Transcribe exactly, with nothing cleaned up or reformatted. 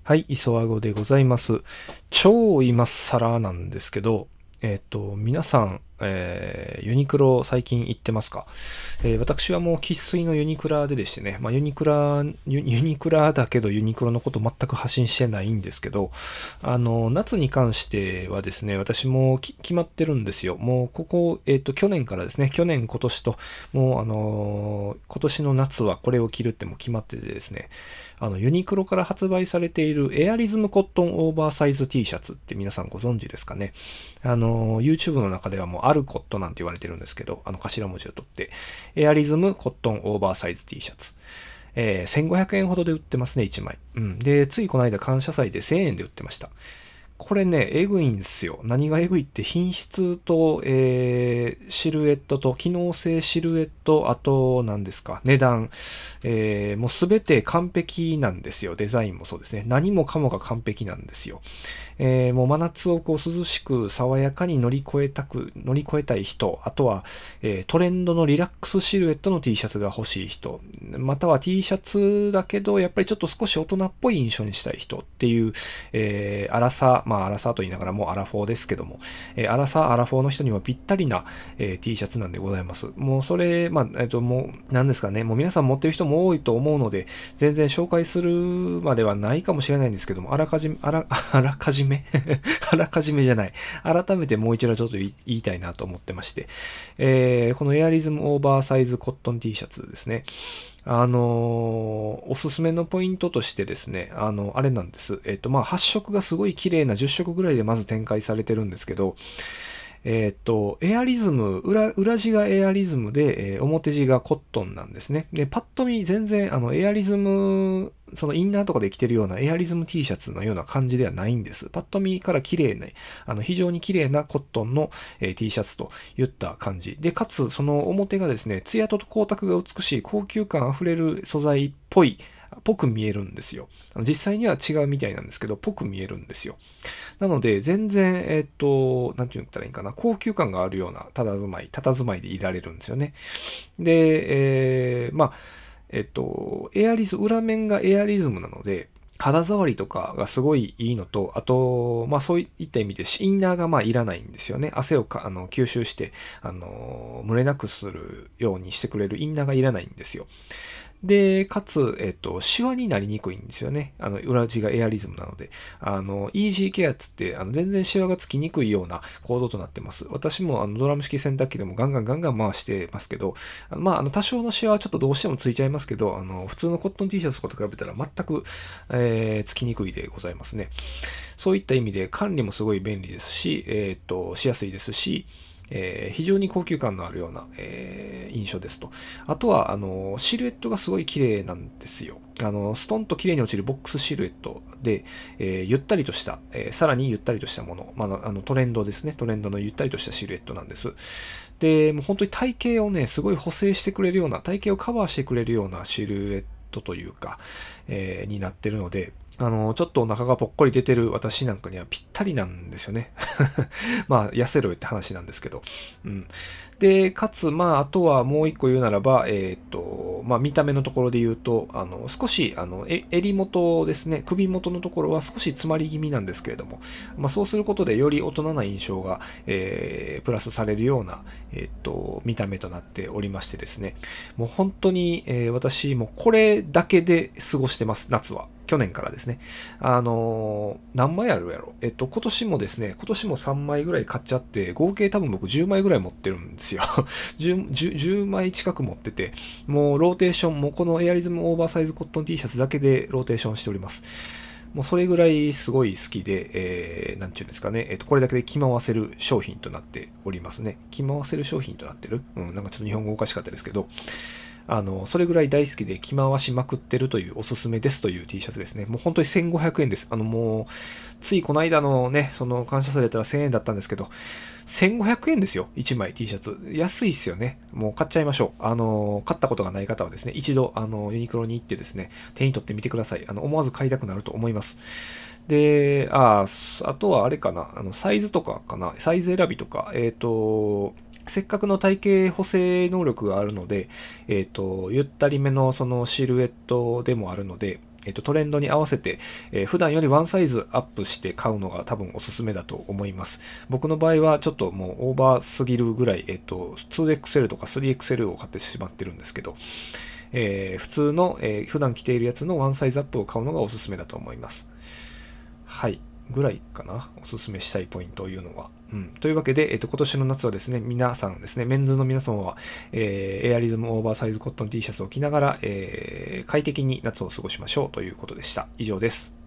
はい、磯和語でございます。超今更なんですけど、えっと、皆さん、えーユニクロ最近行ってますか？えー私はもう生粋のユニクラででしてね、まあ、ユニクラユ、ユニクラだけどユニクロのこと全く発信してないんですけど、あの、夏に関してはですね、私もき決まってるんですよ。もうここ、えっと、去年からですね、去年、今年と、もうあのー今年の夏はこれを着るっても決まっててですね、あの、ユニクロから発売されているエアリズムコットンオーバーサイズ T シャツって皆さんご存知ですかね。あの、YouTube の中ではもうアルコットなんて言われてるんですけど、あの頭文字を取って、エアリズムコットンオーバーサイズ T シャツ。えーせんごひゃくえんほどで売ってますね、いちまい。うん。で、ついこの間感謝祭でせんえんで売ってました。これね、えぐいんですよ。何がえぐいって品質と、えーシルエットと、機能性シルエット、あと、何ですか、値段、えーもうすべて完璧なんですよ。デザインもそうですね。何もかもが完璧なんですよ。えーもう真夏をこう涼しく爽やかに乗り越えたく、乗り越えたい人、あとは、えートレンドのリラックスシルエットの T シャツが欲しい人、または T シャツだけど、やっぱりちょっと少し大人っぽい印象にしたい人っていう、えー、アラサー、まあアラサーと言いながらもうアラフォーですけども、えーアラサー、アラフォーの人にはぴったりな、えー T シャツなんでございます。もうそれ、まあ、えっ、と、もう、なんですかね、もう皆さん持ってる人も多いと思うので、全然紹介するまではないかもしれないんですけども、あらかじめ、あら、あらかじめあらかじめじゃない。改めてもう一度ちょっと言い言いたいなと思ってまして、えーこのエアリズムオーバーサイズコットン T シャツですね。あのーおすすめのポイントとしてですね、あの、あれなんです。えっと、まあ、はっ色がすごい綺麗なじゅっ色ぐらいでまず展開されてるんですけど、えっと、エアリズム、裏、裏地がエアリズムで、えー表地がコットンなんですね。で、パッと見全然、あの、エアリズム、そのインナーとかで着てるようなエアリズム T シャツのような感じではないんです。パッと見から綺麗な、あの、非常に綺麗なコットンの、えー T シャツといった感じ。で、かつ、その表がですね、ツヤと光沢が美しい高級感あふれる素材っぽい、ぽく見えるんですよ。実際には違うみたいなんですけど、ぽく見えるんですよ。なので、全然、えっと、なんて言ったらいいかな、高級感があるような佇まい、佇まいでいられるんですよね。で、えーまあ、えっと、エアリズ、裏面がエアリズムなので、肌触りとかがすごいいいのと、あと、まあそういった意味でインナーがまあいらないんですよね。汗をかあの吸収して、あの、蒸れなくするようにしてくれるインナーがいらないんですよ。で、かつ、えっと、シワになりにくいんですよね。あの、裏地がエアリズムなので。あの、イージーケアっつって、あの、全然シワがつきにくいような構造となってます。私も、あの、ドラム式洗濯機でもガンガンガンガン回してますけど、あのまあ、あの、多少のシワはちょっとどうしてもついちゃいますけど、あの、普通のコットン T シャツとかと比べたら全く、えー、つきにくいでございますね。そういった意味で管理もすごい便利ですし、えっと、しやすいですし、えー非常に高級感のあるような、えー印象ですと。あとは、あの、シルエットがすごい綺麗なんですよ。あの、ストンと綺麗に落ちるボックスシルエットで、えーゆったりとした、えーさらにゆったりとしたもの、まあ、あのトレンドですね。トレンドのゆったりとしたシルエットなんです。で、もう本当に体型をね、すごい補正してくれるような、体型をカバーしてくれるようなシルエットというか、えーになってるので、あの、ちょっとお腹がぽっこり出てる私なんかにはぴったりなんですよね。まあ、痩せろよって話なんですけど。うん。で、かつ、まあ、あとはもう一個言うならば、えっと、まあ、見た目のところで言うと、あの、少し、あの、え襟元ですね、首元のところは少し詰まり気味なんですけれども、まあ、そうすることでより大人な印象が、えープラスされるような、えっと、見た目となっておりましてですね、もう本当に、えー私、もうこれだけで過ごしてます、夏は。去年からですね。あのー何枚あるやろえっと、今年もですね、今年もさんまいぐらい買っちゃって、合計多分僕じゅうまいぐらい持ってるんですよ。じゅう, じゅう, じゅうまい近く持ってて、もうローテーション、もうこのエアリズムオーバーサイズコットン T シャツだけでローテーションしております。もうそれぐらいすごい好きで、えー、なんちゅうんですかね、えっと、これだけで着回せる商品となっておりますね。着回せる商品となってるうん、なんかちょっと日本語おかしかったですけど、あの、それぐらい大好きで着回しまくってるというおすすめですという T シャツですね。もう本当にせんごひゃくえんです。あのもう、ついこの間のね、その感謝祭だったらせんえんだったんですけど、せんごひゃくえんですよ。いちまい T シャツ。安いっすよね。もう買っちゃいましょう。あの、買ったことがない方はですね、一度、あの、ユニクロに行ってですね、手に取ってみてください。あの、思わず買いたくなると思います。で、ああとはあれかな、あの、サイズとかかな、サイズ選びとか、えっと、せっかくの体型補正能力があるので、えっと、ゆったりめのそのシルエットでもあるので、 えっと、トレンドに合わせて、えー普段よりワンサイズアップして買うのが多分おすすめだと思います。僕の場合はちょっともうオーバーすぎるぐらい、えっと、ツーエックスエル とか スリーエックスエル を買ってしまってるんですけど、えー普通の、えー普段着ているやつのワンサイズアップを買うのがおすすめだと思います。はい。ぐらいかな。おすすめしたいポイントを言うのは。うん。というわけで、えっと、今年の夏はですね、皆さんですね、メンズの皆様は、えーエアリズムオーバーサイズコットン T シャツを着ながら、えー快適に夏を過ごしましょうということでした。以上です。